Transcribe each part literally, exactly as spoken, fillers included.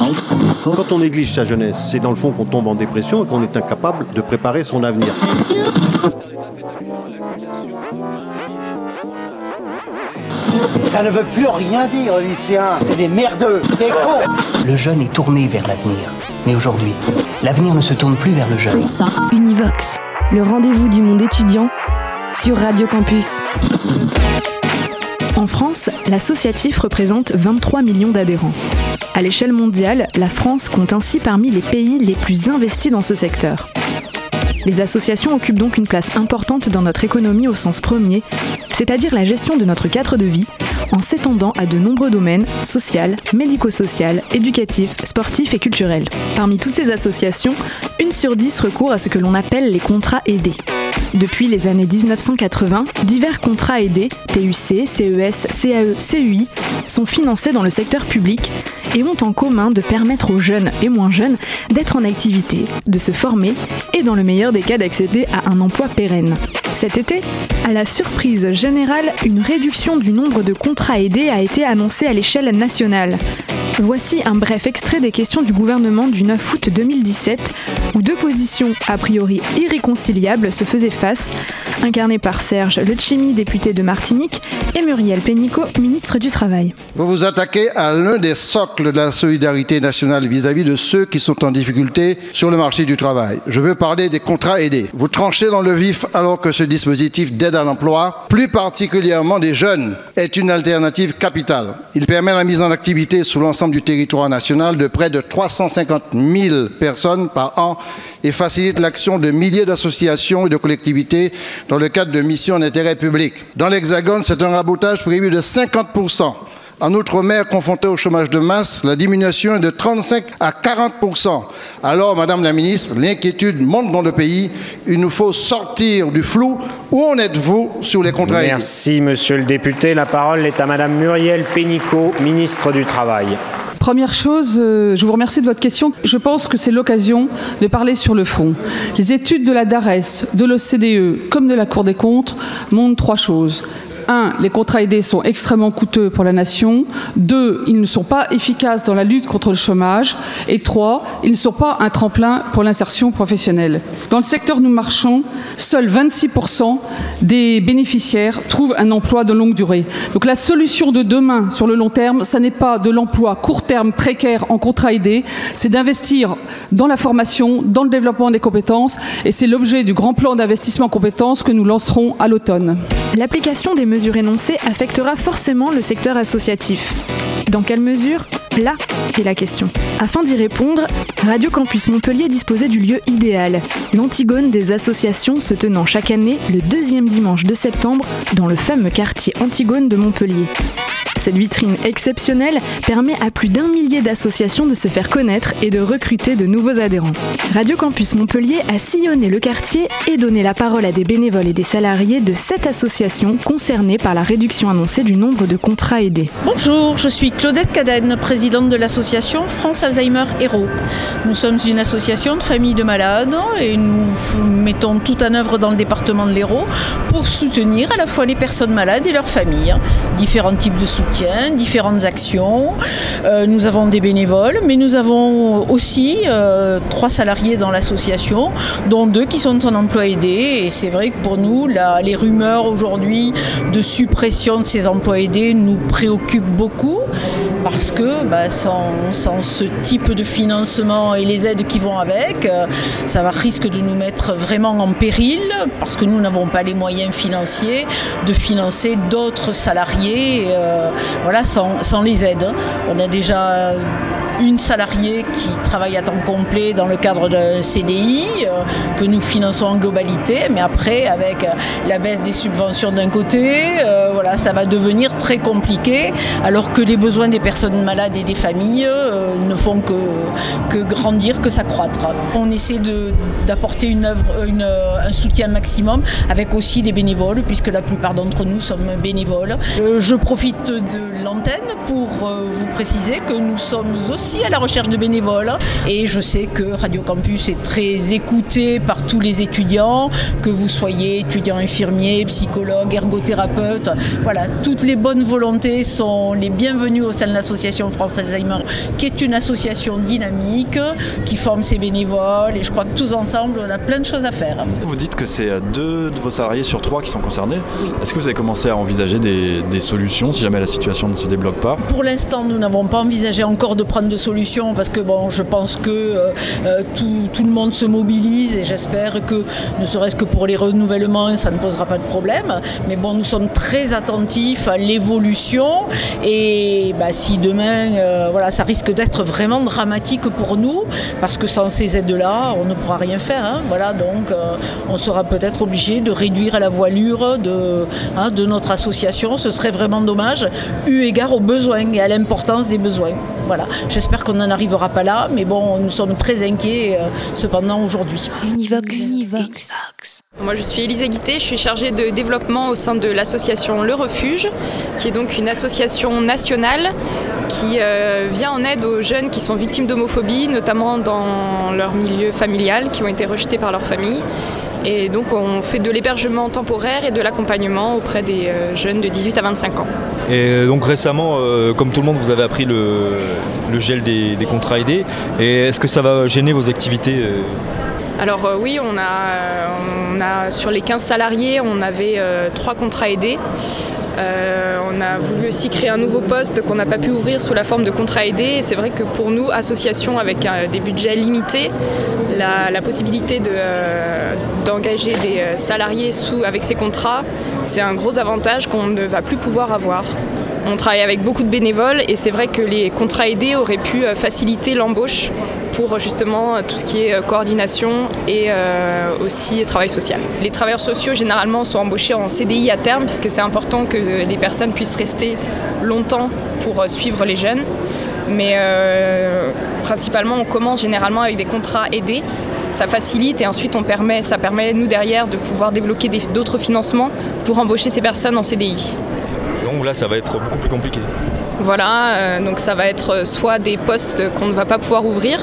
Quand on néglige sa jeunesse, c'est dans le fond qu'on tombe en dépression et qu'on est incapable de préparer son avenir. Ça ne veut plus rien dire, les lycéens. C'est des merdeux, des cons. Le jeune est tourné vers l'avenir. Mais aujourd'hui, l'avenir ne se tourne plus vers le jeune. Univox, le rendez-vous du monde étudiant sur Radio Campus. En France, l'associatif représente vingt-trois millions d'adhérents. À l'échelle mondiale, la France compte ainsi parmi les pays les plus investis dans ce secteur. Les associations occupent donc une place importante dans notre économie au sens premier, c'est-à-dire la gestion de notre cadre de vie, en s'étendant à de nombreux domaines social, médico-social, éducatif, sportif et culturel. Parmi toutes ces associations, une sur dix recourt à ce que l'on appelle les contrats aidés. Depuis les années dix-neuf cent quatre-vingts, divers contrats aidés, T U C, C E S, C A E, C U I, sont financés dans le secteur public et ont en commun de permettre aux jeunes et moins jeunes d'être en activité, de se former et dans le meilleur des cas d'accéder à un emploi pérenne. Cet été, à la surprise générale, une réduction du nombre de contrats aidés a été annoncée à l'échelle nationale. Voici un bref extrait des questions du gouvernement du neuf août deux mille dix-sept, où deux positions a priori irréconciliables se faisaient face, incarnées par Serge Letchimy, député de Martinique, et Muriel Pénicaud, ministre du Travail. Vous vous attaquez à l'un des socles de la solidarité nationale vis-à-vis de ceux qui sont en difficulté sur le marché du travail. Je veux parler des contrats aidés. Vous tranchez dans le vif alors que ce dispositif d'aide à l'emploi, plus particulièrement des jeunes, est une alternative capitale. Il permet la mise en activité sur l'ensemble du territoire national de près de trois cent cinquante mille personnes par an et facilite l'action de milliers d'associations et de collectivités dans le cadre de missions d'intérêt public. Dans l'Hexagone, c'est un rabotage prévu de cinquante pour cent. En Outre-mer, confronté au chômage de masse, la diminution est de trente-cinq à quarante pour cent. Alors, Madame la Ministre, l'inquiétude monte dans le pays. Il nous faut sortir du flou. Où en êtes-vous sur les contrats aidés ? Merci, Monsieur le député. La parole est à Madame Muriel Pénicaud, ministre du Travail. Première chose, euh, je vous remercie de votre question. Je pense que c'est l'occasion de parler sur le fond. Les études de la DARES, de l'O C D E, comme de la Cour des comptes, montrent trois choses. Un, les contrats aidés sont extrêmement coûteux pour la nation. Deux, ils ne sont pas efficaces dans la lutte contre le chômage. Et trois, ils ne sont pas un tremplin pour l'insertion professionnelle. Dans le secteur où nous marchons, seuls vingt-six pour cent des bénéficiaires trouvent un emploi de longue durée. Donc la solution de demain sur le long terme, ça n'est pas de l'emploi court terme précaire en contrat aidé, c'est d'investir dans la formation, dans le développement des compétences. Et c'est l'objet du grand plan d'investissement compétences que nous lancerons à l'automne. L'application des mesures énoncées affectera forcément le secteur associatif. Dans quelle mesure ? Là est la question. Afin d'y répondre, Radio Campus Montpellier disposait du lieu idéal, l'Antigone des associations se tenant chaque année le deuxième dimanche de septembre dans le fameux quartier Antigone de Montpellier. Cette vitrine exceptionnelle permet à plus d'un millier d'associations de se faire connaître et de recruter de nouveaux adhérents. Radio Campus Montpellier a sillonné le quartier et donné la parole à des bénévoles et des salariés de sept associations concernées par la réduction annoncée du nombre de contrats aidés. Bonjour, je suis Claudette Cadenne, présidente de l'association France Alzheimer Héros. Nous sommes une association de familles de malades et nous mettons tout en œuvre dans le département de l'Hérault pour soutenir à la fois les personnes malades et leurs familles. Différents types de soutien, différentes actions. Euh, nous avons des bénévoles, mais nous avons aussi euh, trois salariés dans l'association, dont deux qui sont en emploi aidé. Et c'est vrai que pour nous, la, les rumeurs aujourd'hui de suppression de ces emplois aidés nous préoccupent beaucoup parce que bah, sans, sans ce type de financement et les aides qui vont avec, euh, ça va risque de nous mettre vraiment en péril parce que nous n'avons pas les moyens financiers de financer d'autres salariés euh, voilà, sans, sans les aides. On a déjà une salariée qui travaille à temps complet dans le cadre d'un C D I euh, que nous finançons en globalité, mais après avec la baisse des subventions d'un côté, euh, voilà, ça va devenir très compliqué alors que les besoins des personnes malades et des familles euh, ne font que, que grandir, que s'accroître. On essaie de, d'apporter une œuvre, une, un soutien maximum avec aussi des bénévoles puisque la plupart d'entre nous sommes bénévoles. Euh, je profite de l'antenne pour euh, vous préciser que nous sommes aussi à la recherche de bénévoles. Et je sais que Radio Campus est très écouté par tous les étudiants, que vous soyez étudiant infirmier, psychologue, ergothérapeute. Voilà, toutes les bonnes volontés sont les bienvenues au sein de l'association France Alzheimer, qui est une association dynamique, qui forme ses bénévoles. Et je crois que tous ensemble, on a plein de choses à faire. Vous dites que c'est deux de vos salariés sur trois qui sont concernés. Oui. Est-ce que vous avez commencé à envisager des, des solutions si jamais la situation ne se débloque pas ? Pour l'instant, nous n'avons pas envisagé encore de prendre de solutions parce que bon, je pense que euh, tout, tout le monde se mobilise et j'espère que, ne serait-ce que pour les renouvellements, ça ne posera pas de problème. Mais bon, nous sommes très attentifs à l'évolution et bah, si demain, euh, voilà, ça risque d'être vraiment dramatique pour nous parce que sans ces aides-là, on ne pourra rien faire. Hein, voilà, donc euh, on sera peut-être obligé de réduire la voilure de, hein, de notre association. Ce serait vraiment dommage, eu égard aux besoins et à l'importance des besoins. Voilà. J'espère qu'on n'en arrivera pas là, mais bon, nous sommes très inquiets euh, cependant aujourd'hui. Univox. Univox. Moi je suis Élise Guité, je suis chargée de développement au sein de l'association Le Refuge, qui est donc une association nationale qui euh, vient en aide aux jeunes qui sont victimes d'homophobie, notamment dans leur milieu familial, qui ont été rejetés par leur famille. Et donc on fait de l'hébergement temporaire et de l'accompagnement auprès des euh, jeunes de dix-huit à vingt-cinq ans. Et donc récemment, euh, comme tout le monde, vous avez appris le, le gel des, des contrats aidés. Et est-ce que ça va gêner vos activités euh Alors euh, oui, on a, on a, sur les quinze salariés, on avait euh, trois contrats aidés. Euh, on a voulu aussi créer un nouveau poste qu'on n'a pas pu ouvrir sous la forme de contrat aidé. Et c'est vrai que pour nous, association avec euh, des budgets limités, la, la possibilité de, euh, d'engager des salariés sous, avec ces contrats, c'est un gros avantage qu'on ne va plus pouvoir avoir. On travaille avec beaucoup de bénévoles et c'est vrai que les contrats aidés auraient pu faciliter l'embauche pour justement tout ce qui est coordination et euh, aussi travail social. Les travailleurs sociaux généralement sont embauchés en C D I à terme puisque c'est important que les personnes puissent rester longtemps pour suivre les jeunes. Mais euh, principalement on commence généralement avec des contrats aidés. Ça facilite et ensuite on permet, ça permet nous derrière de pouvoir débloquer des, d'autres financements pour embaucher ces personnes en C D I. Donc là ça va être beaucoup plus compliqué. Voilà, euh, donc ça va être soit des postes qu'on ne va pas pouvoir ouvrir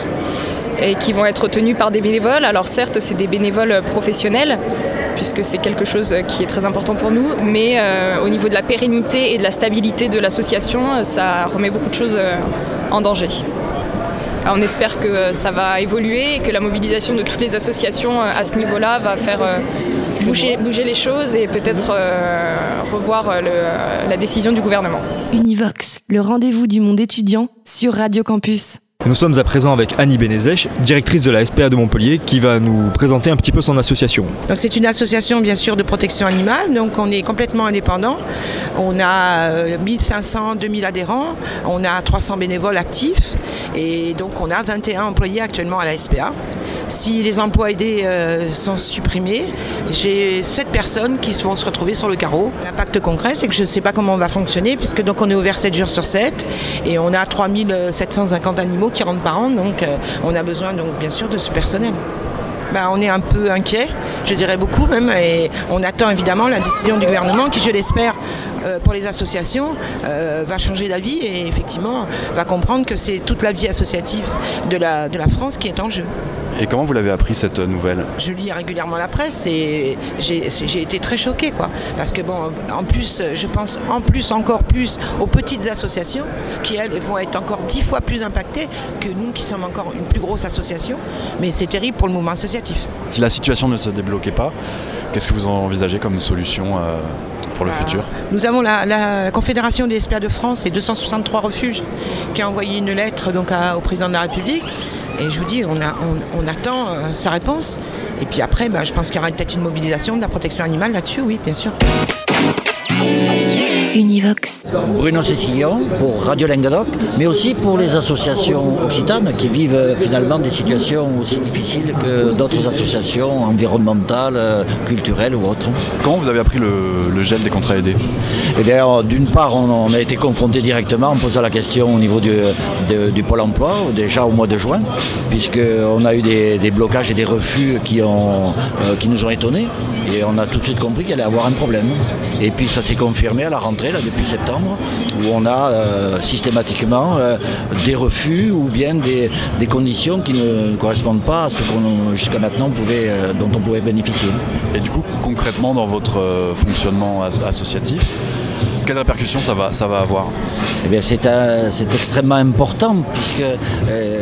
et qui vont être tenus par des bénévoles. Alors certes, c'est des bénévoles professionnels, puisque c'est quelque chose qui est très important pour nous, mais euh, au niveau de la pérennité et de la stabilité de l'association, ça remet beaucoup de choses euh, en danger. Alors on espère que ça va évoluer et que la mobilisation de toutes les associations à ce niveau-là va faire euh, bouger, bouger les choses et peut-être euh, revoir le, la décision du gouvernement. Univox, le rendez-vous du monde étudiant sur Radio Campus. Nous sommes à présent avec Annie Benezech, directrice de la S P A de Montpellier, qui va nous présenter un petit peu son association. Donc c'est une association bien sûr de protection animale, donc on est complètement indépendant. On a mille cinq cents, deux mille adhérents, on a trois cents bénévoles actifs et donc on a vingt et un employés actuellement à la S P A. Si les emplois aidés euh, sont supprimés, j'ai sept personnes qui vont se retrouver sur le carreau. L'impact concret, c'est que je ne sais pas comment on va fonctionner, puisque donc on est ouvert sept jours sur sept et on a trois mille sept cent cinquante animaux qui rentrent par an, donc euh, on a besoin donc bien sûr de ce personnel. Ben, on est un peu inquiet, je dirais beaucoup même, et on attend évidemment la décision du gouvernement qui, je l'espère, euh, pour les associations, euh, va changer d'avis et effectivement va comprendre que c'est toute la vie associative de la, de la France qui est en jeu. Et comment vous l'avez appris cette nouvelle ? Je lis régulièrement la presse et j'ai, j'ai été très choquée, quoi. Parce que bon, en plus, je pense en plus, encore plus aux petites associations qui, elles, vont être encore dix fois plus impactées que nous qui sommes encore une plus grosse association. Mais c'est terrible pour le mouvement associatif. Si la situation ne se débloquait pas, qu'est-ce que vous envisagez comme solution euh, pour le bah, futur ? Nous avons la, la Confédération des S P A de France et deux cent soixante-trois refuges qui a envoyé une lettre donc, à, au président de la République. Et je vous dis, on, a, on, on attend euh, sa réponse. Et puis après, bah, je pense qu'il y aura peut-être une mobilisation de la protection animale là-dessus, oui, bien sûr. Univox. Bruno Cécillon pour Radio Languedoc, mais aussi pour les associations occitanes qui vivent finalement des situations aussi difficiles que d'autres associations environnementales, culturelles ou autres. Comment vous avez appris le, le gel des contrats aidés ? Eh bien, d'une part, on, on a été confronté directement en posant la question au niveau du, de, du Pôle emploi, déjà au mois de juin, puisqu'on a eu des, des blocages et des refus qui, ont, euh, qui nous ont étonnés, et on a tout de suite compris qu'il allait y avoir un problème. Et puis ça s'est confirmé à la rentrée enregistré là, depuis septembre, où on a euh, systématiquement euh, des refus ou bien des, des conditions qui ne correspondent pas à ce qu'on jusqu'à maintenant pouvait, euh, dont on pouvait bénéficier. Et du coup, concrètement, dans votre euh, fonctionnement as- associatif, quelles répercussions ça va, ça va avoir ? Eh bien, c'est, un, c'est extrêmement important puisque euh,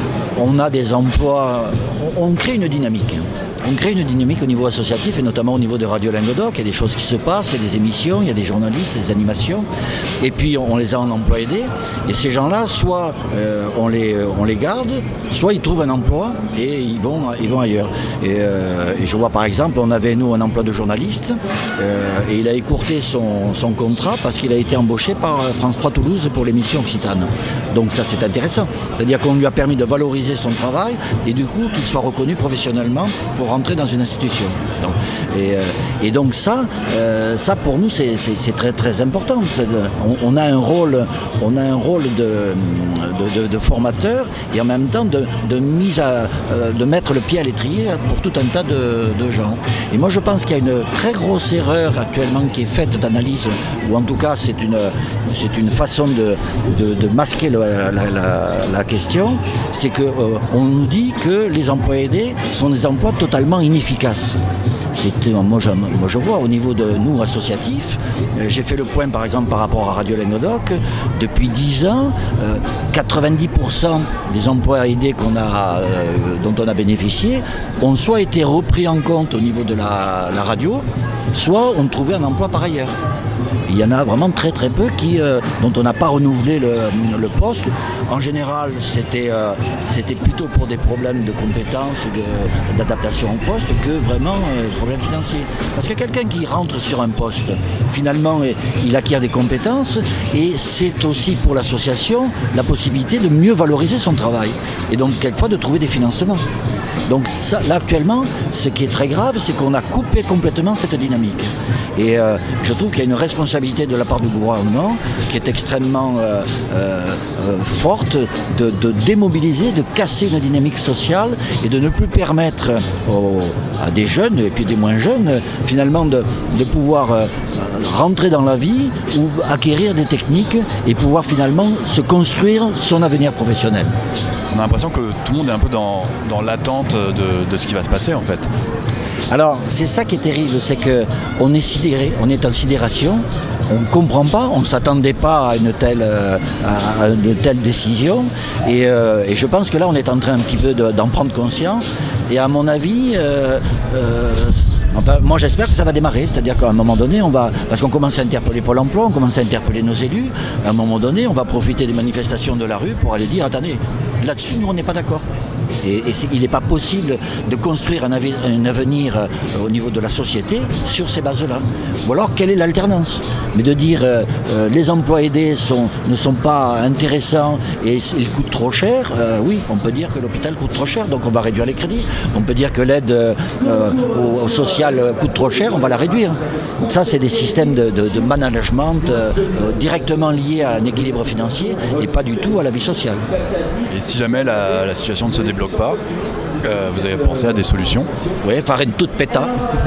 on a des emplois, on, on crée une dynamique. On crée une dynamique au niveau associatif et notamment au niveau de Radio Languedoc. Il y a des choses qui se passent, il y a des émissions, il y a des journalistes, des animations. Et puis on les a en emploi aidé. Et ces gens-là, soit euh, on, les, on les garde, soit ils trouvent un emploi et ils vont, ils vont ailleurs. Et, euh, et je vois par exemple, on avait nous un emploi de journaliste euh, et il a écourté son, son contrat parce qu'il a été embauché par France trois Toulouse pour l'émission Occitane. Donc ça c'est intéressant. C'est-à-dire qu'on lui a permis de valoriser son travail et du coup qu'il soit reconnu professionnellement pour rentrer dans une institution. Donc, et, euh, et donc ça, euh, ça pour nous c'est, c'est, c'est très très important. C'est de, on, on a un rôle, on a un rôle de, de, de, de formateur et en même temps de, de mise à, euh, de mettre le pied à l'étrier pour tout un tas de, de gens. Et moi je pense qu'il y a une très grosse erreur actuellement qui est faite d'analyse, ou en tout cas c'est une, c'est une façon de, de, de masquer le, la, la, la question, c'est qu'on euh, nous dit que les emplois aidés sont des emplois totalement inefficaces. C'est, moi, je, moi je vois au niveau de nous associatifs, euh, j'ai fait le point par exemple par rapport à Radio Languedoc, depuis dix ans, euh, quatre-vingt-dix pour cent des emplois aidés qu'on a, euh, dont on a bénéficié ont soit été repris en compte au niveau de la, la radio, soit ont trouvé un emploi par ailleurs. Il y en a vraiment très très peu qui, euh, dont on n'a pas renouvelé le, le poste. En général, c'était, euh, c'était plutôt pour des problèmes de compétences, de, d'adaptation au poste, que vraiment euh, problèmes financiers. Parce que quelqu'un qui rentre sur un poste, finalement, il acquiert des compétences et c'est aussi pour l'association la possibilité de mieux valoriser son travail et donc quelquefois de trouver des financements. Donc ça, là actuellement, ce qui est très grave, c'est qu'on a coupé complètement cette dynamique. Et euh, je trouve qu'il y a une responsabilité de la part du gouvernement qui est extrêmement euh, euh, forte de, de démobiliser, de casser une dynamique sociale et de ne plus permettre aux, à des jeunes et puis des moins jeunes finalement de, de pouvoir euh, rentrer dans la vie ou acquérir des techniques et pouvoir finalement se construire son avenir professionnel. On a l'impression que tout le monde est un peu dans, dans l'attente de, de ce qui va se passer en fait. Alors c'est ça qui est terrible, c'est qu'on est sidéré, on est en sidération, on ne comprend pas, on ne s'attendait pas à une telle, euh, à une telle décision et, euh, et je pense que là on est en train un petit peu de, d'en prendre conscience et à mon avis, euh, euh, enfin, moi j'espère que ça va démarrer, c'est-à-dire qu'à un moment donné, on va, parce qu'on commence à interpeller Pôle emploi, on commence à interpeller nos élus, à un moment donné on va profiter des manifestations de la rue pour aller dire attendez, là-dessus nous on n'est pas d'accord. Et, et il n'est pas possible de construire un, avi- un avenir euh, au niveau de la société sur ces bases-là. Ou alors, quelle est l'alternance ? Mais de dire euh, euh, les emplois aidés sont, ne sont pas intéressants et ils coûtent trop cher, euh, oui, on peut dire que l'hôpital coûte trop cher, donc on va réduire les crédits. On peut dire que l'aide euh, au, au social coûte trop cher, on va la réduire. Donc ça, c'est des systèmes de, de, de management euh, euh, directement liés à un équilibre financier et pas du tout à la vie sociale. Et si jamais la, la situation ne se débloque pas, euh, vous avez pensé à des solutions ? Oui, farine toute péta.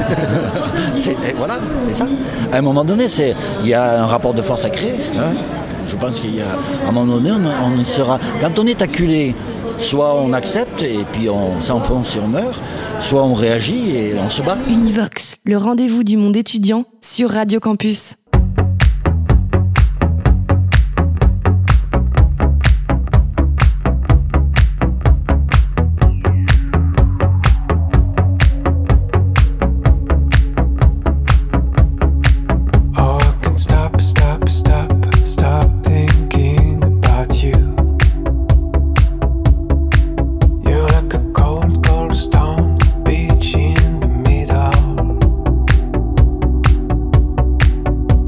c'est, voilà, c'est ça. À un moment donné, c'est, il y a un rapport de force à créer. Hein. Je pense qu'il y a, à un moment donné, on, on y sera. Quand on est acculé, soit on accepte et puis on s'enfonce et on meurt, soit on réagit et on se bat. Univox, le rendez-vous du monde étudiant sur Radio Campus. Beach in the middle.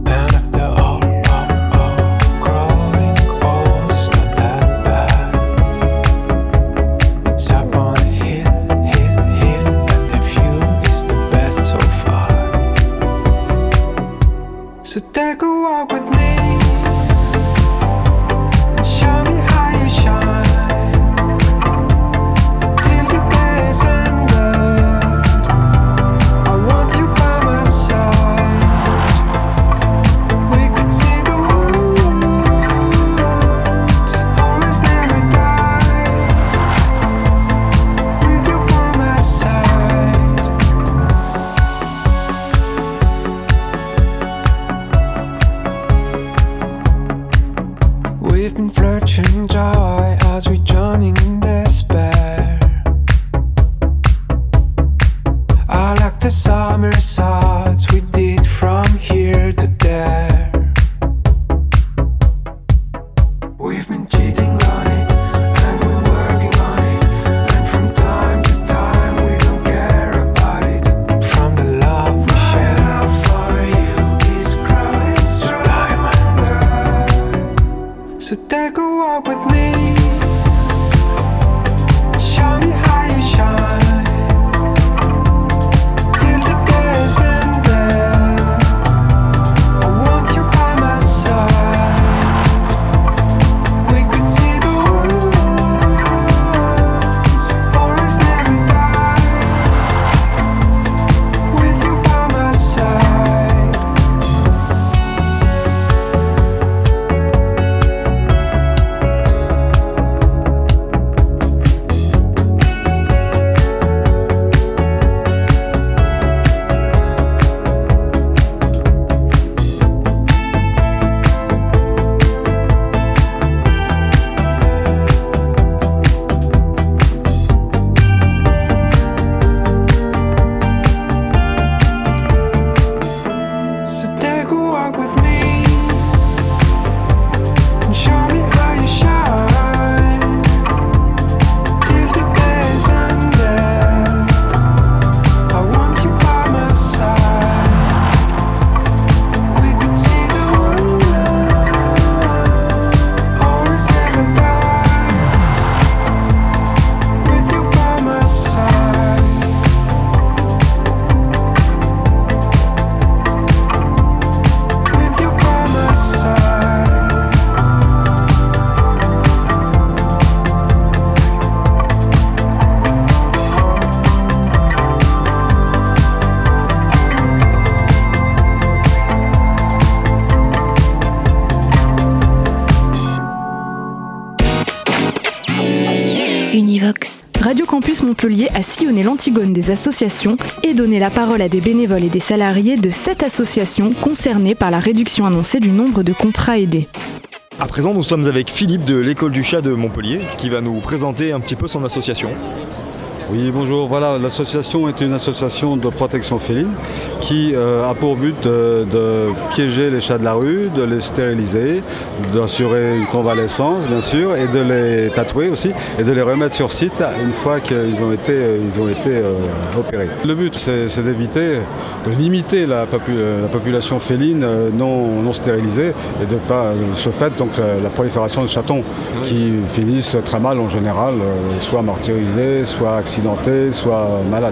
Univox. Radio Campus Montpellier a sillonné l'Antigone des associations et donné la parole à des bénévoles et des salariés de sept associations concernées par la réduction annoncée du nombre de contrats aidés. À présent, nous sommes avec Philippe de l'École du Chat de Montpellier qui va nous présenter un petit peu son association. Oui, bonjour. Voilà, l'association est une association de protection féline qui euh, a pour but de, de piéger les chats de la rue, de les stériliser, d'assurer une convalescence, bien sûr, et de les tatouer aussi, et de les remettre sur site une fois qu'ils ont été, ils ont été euh, opérés. Le but, c'est, c'est d'éviter, de limiter la, popu- la population féline non, non stérilisée et de pas, de ce fait, donc la, la prolifération de chatons qui finissent très mal en général, euh, soit martyrisés, soit accidentés, soit malades.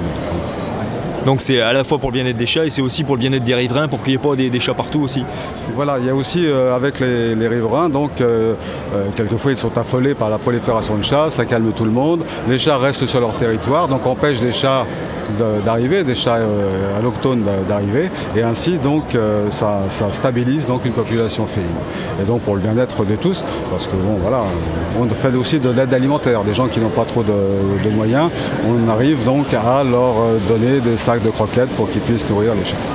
Donc c'est à la fois pour le bien-être des chats et c'est aussi pour le bien-être des riverains, pour qu'il n'y ait pas des, des chats partout aussi. Voilà, il y a aussi euh, avec les, les riverains, donc euh, euh, quelquefois ils sont affolés par la prolifération de chats, ça calme tout le monde. Les chats restent sur leur territoire, donc empêche les chats de, d'arriver, des chats euh, allochtones d'arriver, et ainsi donc euh, ça, ça stabilise donc une population féline. Et donc pour le bien-être de tous, parce que bon voilà, on fait aussi de l'aide alimentaire, des gens qui n'ont pas trop de, de moyens, on arrive donc à leur donner des sacs de croquettes pour qu'ils puissent nourrir les chats.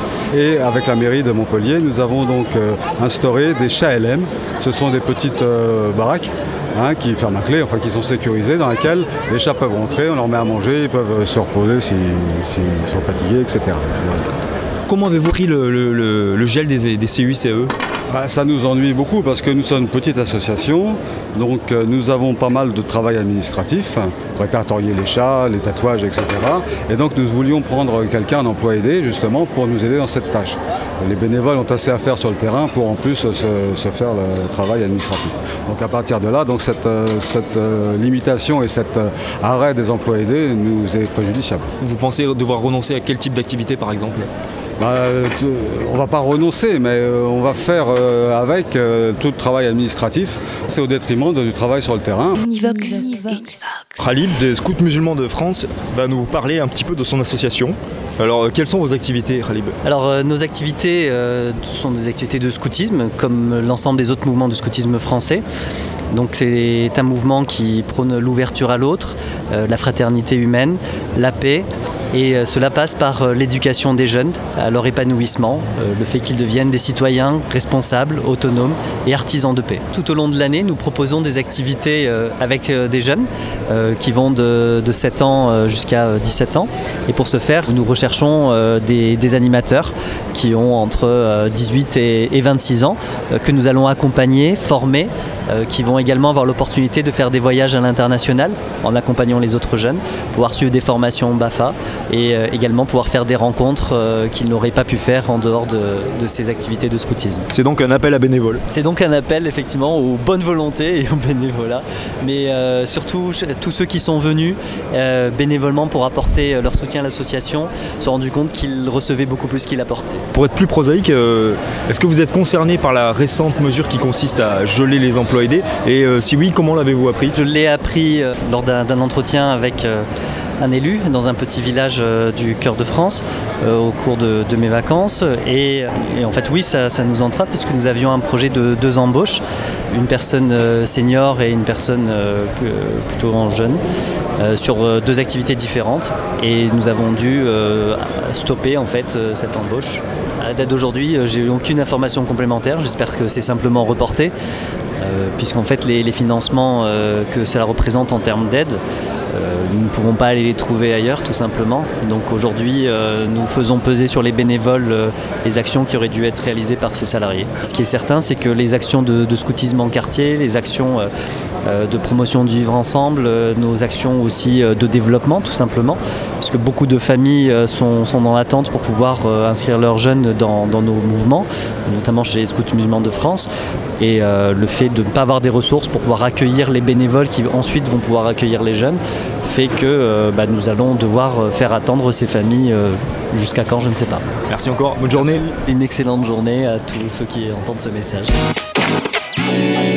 Et avec la mairie de Montpellier, nous avons donc euh, instauré des chats L M. Ce sont des petites euh, baraques hein, qui ferment à clé, enfin qui sont sécurisées, dans lesquelles les chats peuvent rentrer, on leur met à manger, ils peuvent se reposer s'ils si, si sont fatigués, et cetera. Voilà. Comment avez-vous pris le, le, le, le gel des, des C U I C E ? Bah, ça nous ennuie beaucoup parce que nous sommes une petite association, donc euh, nous avons pas mal de travail administratif, répertorier les chats, les tatouages, et cetera. Et donc nous voulions prendre quelqu'un, un emploi aidé, justement, pour nous aider dans cette tâche. Les bénévoles ont assez à faire sur le terrain pour en plus se, se faire le travail administratif. Donc à partir de là, donc cette, cette euh, limitation et cet euh, arrêt des emplois aidés nous est préjudiciable. Vous pensez devoir renoncer à quel type d'activité par exemple ? Bah, t- on ne va pas renoncer, mais euh, on va faire euh, avec euh, tout le travail administratif. C'est au détriment de, du travail sur le terrain. Univox. Univox. Khalil des Scouts musulmans de France va nous parler un petit peu de son association. Alors, euh, quelles sont vos activités, Khalib ? Alors, euh, nos activités euh, sont des activités de scoutisme, comme l'ensemble des autres mouvements de scoutisme français. Donc, c'est un mouvement qui prône l'ouverture à l'autre, euh, la fraternité humaine, la paix. Et euh, cela passe par euh, l'éducation des jeunes à leur épanouissement, euh, le fait qu'ils deviennent des citoyens responsables, autonomes et artisans de paix. Tout au long de l'année, nous proposons des activités euh, avec euh, des jeunes euh, qui vont de, de sept ans euh, jusqu'à dix-sept ans. Et pour ce faire, nous recherchons euh, des, des animateurs qui ont entre euh, dix-huit et, et vingt-six ans, euh, que nous allons accompagner, former, euh, qui vont également avoir l'opportunité de faire des voyages à l'international en accompagnant les autres jeunes, pouvoir suivre des formations B A F A et euh, également pouvoir faire des rencontres euh, qu'ils n'auraient pas pu faire en dehors de, de ces activités de scoutisme. C'est donc un appel à bénévoles. C'est donc un appel effectivement aux bonnes volontés et aux bénévolats, mais euh, surtout tous ceux qui sont venus euh, bénévolement pour apporter leur soutien à l'association se sont rendus compte qu'ils recevaient beaucoup plus qu'ils apportaient. Pour être plus prosaïque, euh, est-ce que vous êtes concerné par la récente mesure qui consiste à geler les emplois aidés ? Et euh, si oui, comment l'avez-vous appris ? Je l'ai appris euh, lors d'un, d'un entretien avec euh, un élu dans un petit village euh, du cœur de France euh, au cours de, de mes vacances. Et, et en fait, oui, ça, ça nous entra puisque nous avions un projet de deux embauches, une personne euh, senior et une personne euh, plutôt en jeune. Euh, sur euh, deux activités différentes et nous avons dû euh, stopper en fait euh, cette embauche. À la date d'aujourd'hui, euh, j'ai eu aucune information complémentaire, j'espère que c'est simplement reporté euh, puisqu'en fait les, les financements euh, que cela représente en termes d'aide, euh, nous ne pouvons pas aller les trouver ailleurs tout simplement. Donc aujourd'hui euh, nous faisons peser sur les bénévoles euh, les actions qui auraient dû être réalisées par ces salariés. Ce qui est certain, c'est que les actions de, de scoutisme en quartier, les actions euh, de promotion du vivre ensemble, nos actions aussi de développement tout simplement, puisque beaucoup de familles sont, sont dans l'attente pour pouvoir inscrire leurs jeunes dans, dans nos mouvements, notamment chez les Scouts musulmans de France, et euh, le fait de ne pas avoir des ressources pour pouvoir accueillir les bénévoles qui ensuite vont pouvoir accueillir les jeunes fait que euh, bah, nous allons devoir faire attendre ces familles euh, jusqu'à quand, je ne sais pas. Merci encore, bonne journée. Merci. Une excellente journée à tous ceux qui entendent ce message.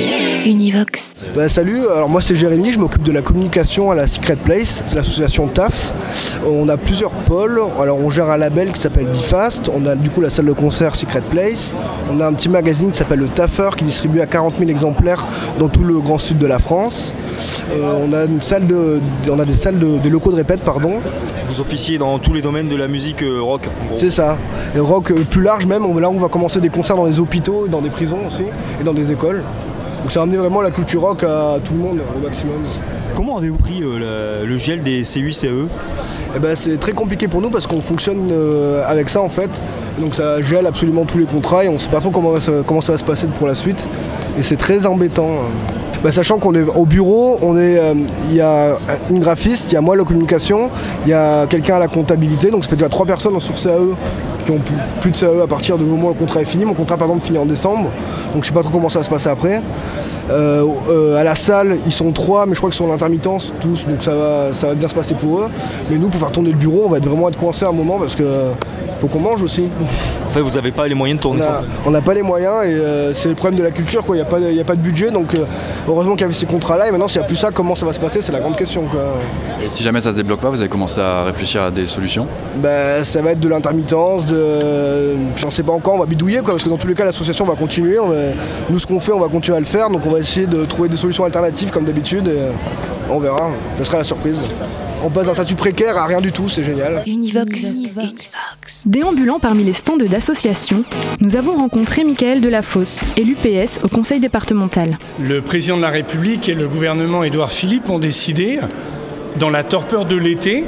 Univox. Bah, salut, alors moi c'est Jérémy, je m'occupe de la communication à la Secret Place, c'est l'association T A F. On a plusieurs pôles, alors on gère un label qui s'appelle Bifast, on a du coup la salle de concert Secret Place, on a un petit magazine qui s'appelle le Taffer qui distribue à quarante mille exemplaires dans tout le grand sud de la France. Euh, on a une salle de, on a des salles de, de locaux de répète, pardon. Vous officiez dans tous les domaines de la musique euh, rock en gros. C'est ça, et rock euh, plus large même, là on va commencer des concerts dans des hôpitaux, dans des prisons aussi, et dans des écoles. Donc ça a amené vraiment la culture rock à tout le monde au maximum. Comment avez-vous pris euh, la, le gel des C U I C A E ? Eh ben, c'est très compliqué pour nous parce qu'on fonctionne euh, avec ça en fait. Donc ça gèle absolument tous les contrats et on ne sait pas trop comment, va, comment ça va se passer pour la suite. Et c'est très embêtant. Ben, sachant qu'on est au bureau, il euh, y a une graphiste, il y a moi la communication, il y a quelqu'un à la comptabilité. Donc ça fait déjà trois personnes sur C A E qui ont plus, plus de C A E à partir du moment où le contrat est fini. Mon contrat par exemple finit en décembre. Donc je sais pas trop comment ça va se passer après. Euh, euh, à la salle, ils sont trois, mais je crois qu'ils sont en intermittence tous, donc ça va, ça va bien se passer pour eux. Mais nous, pour faire tourner le bureau, on va être vraiment être coincés à un moment parce que euh, faut qu'on mange aussi. En fait, vous n'avez pas les moyens de tourner ça. On n'a pas les moyens et euh, c'est le problème de la culture, quoi. Il n'y a pas, il n'y a pas de budget, donc euh, heureusement qu'il y avait ces contrats-là. Et maintenant, s'il n'y a plus ça, comment ça va se passer, c'est la grande question, quoi. Et si jamais ça se débloque pas, vous avez commencé à réfléchir à des solutions ? Bah, ça va être de l'intermittence, de... on ne sait pas encore, on va bidouiller, quoi, parce que dans tous les cas, l'association va continuer. On va... Nous, ce qu'on fait, on va continuer à le faire, donc on va essayer de trouver des solutions alternatives comme d'habitude et on verra, ce sera la surprise. On passe d'un statut précaire à rien du tout, c'est génial. Univox. Univox. Déambulant parmi les stands d'associations, nous avons rencontré Michael Delafosse, élu P S au conseil départemental. Le président de la République et le gouvernement Édouard Philippe ont décidé, dans la torpeur de l'été,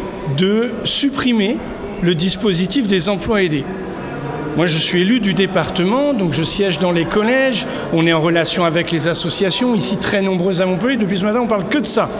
de supprimer le dispositif des emplois aidés. Moi, je suis élu du département, donc je siège dans les collèges, on est en relation avec les associations, ici très nombreuses à Montpellier. Depuis ce matin, on parle que de ça.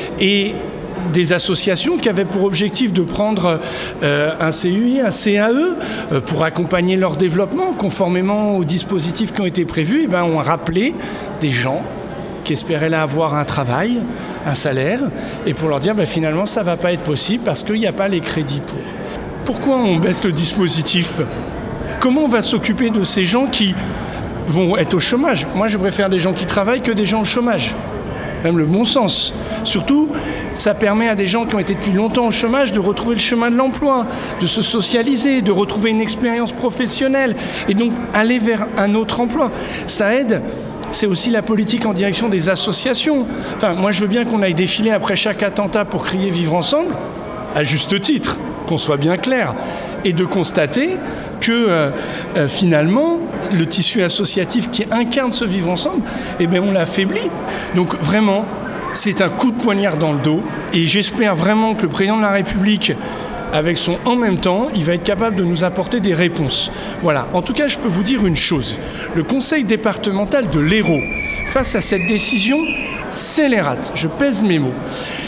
Et des associations qui avaient pour objectif de prendre euh, un C U I, un C A E, euh, pour accompagner leur développement, conformément aux dispositifs qui ont été prévus, et ben, ont rappelé des gens qui espéraient là avoir un travail, un salaire, et pour leur dire ben, finalement ça ne va pas être possible parce qu'il n'y a pas les crédits pour. Pourquoi on baisse le dispositif ? Comment on va s'occuper de ces gens qui vont être au chômage ? Moi, je préfère des gens qui travaillent que des gens au chômage. Même le bon sens. Surtout, ça permet à des gens qui ont été depuis longtemps au chômage de retrouver le chemin de l'emploi, de se socialiser, de retrouver une expérience professionnelle et donc aller vers un autre emploi. Ça aide. C'est aussi la politique en direction des associations. Enfin, moi, je veux bien qu'on aille défiler après chaque attentat pour crier « Vivre ensemble », à juste titre, qu'on soit bien clair, et de constater que euh, euh, finalement, le tissu associatif qui incarne ce vivre ensemble, eh bien, on l'affaiblit. Donc vraiment, c'est un coup de poignard dans le dos. Et j'espère vraiment que le président de la République, avec son « en même temps », il va être capable de nous apporter des réponses. Voilà. En tout cas, je peux vous dire une chose. Le conseil départemental de l'Hérault, face à cette décision scélérate, je pèse mes mots,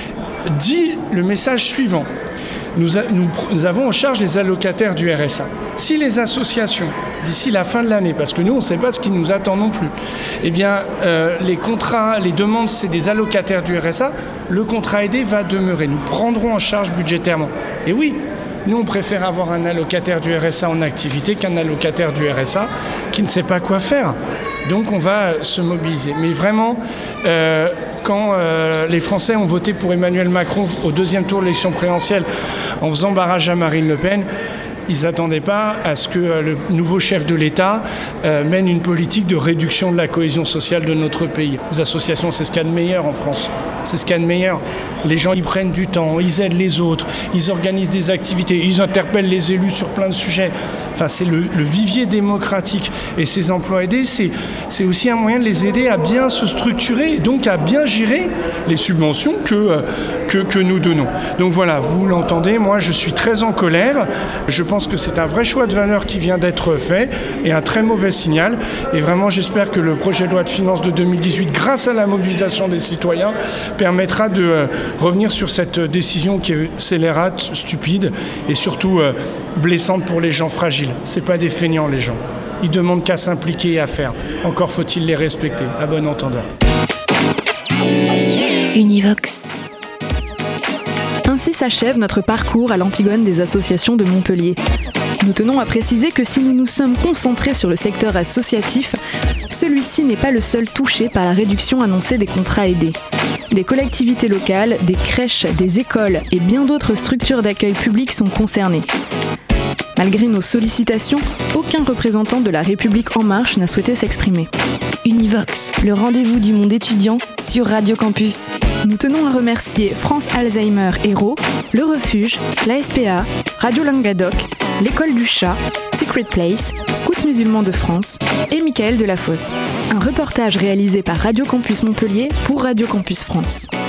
dit le message suivant. Nous, a, nous, nous avons en charge les allocataires du R S A. Si les associations, d'ici la fin de l'année, parce que nous, on ne sait pas ce qui nous attend non plus, eh bien, euh, les contrats, les demandes, c'est des allocataires du R S A, le contrat aidé va demeurer. Nous prendrons en charge budgétairement. Et oui, nous, on préfère avoir un allocataire du R S A en activité qu'un allocataire du R S A qui ne sait pas quoi faire. Donc, on va se mobiliser. Mais vraiment, euh, quand euh, les Français ont voté pour Emmanuel Macron au deuxième tour de l'élection présidentielle en faisant barrage à Marine Le Pen, ils n'attendaient pas à ce que euh, le nouveau chef de l'État euh, mène une politique de réduction de la cohésion sociale de notre pays. Les associations, c'est ce qu'il y a de meilleur en France. C'est ce qu'il y a de meilleur. Les gens, ils prennent du temps, ils aident les autres, ils organisent des activités, ils interpellent les élus sur plein de sujets. Enfin, c'est le, le vivier démocratique. Et ces emplois aidés, c'est, c'est aussi un moyen de les aider à bien se structurer, et donc à bien gérer les subventions que, que, que nous donnons. Donc voilà, vous l'entendez, moi je suis très en colère. Je pense que c'est un vrai choix de valeur qui vient d'être fait et un très mauvais signal. Et vraiment, j'espère que le projet de loi de finances de deux mille dix-huit, grâce à la mobilisation des citoyens, permettra de euh, revenir sur cette décision qui est scélérate, stupide et surtout euh, blessante pour les gens fragiles. C'est pas des feignants, les gens. Ils demandent qu'à s'impliquer et à faire. Encore faut-il les respecter. À bon entendeur. Univox. Ainsi s'achève notre parcours à l'Antigone des associations de Montpellier. Nous tenons à préciser que si nous nous sommes concentrés sur le secteur associatif, celui-ci n'est pas le seul touché par la réduction annoncée des contrats aidés. Des collectivités locales, des crèches, des écoles et bien d'autres structures d'accueil public sont concernées. Malgré nos sollicitations, aucun représentant de La République En Marche n'a souhaité s'exprimer. Univox, le rendez-vous du monde étudiant sur Radio Campus. Nous tenons à remercier France Alzheimer Héros, Le Refuge, l'A S P A, Radio Languedoc, l'École du Chat, Secret Place, Scout Musulman de France et Michael Delafosse. Un reportage réalisé par Radio Campus Montpellier pour Radio Campus France.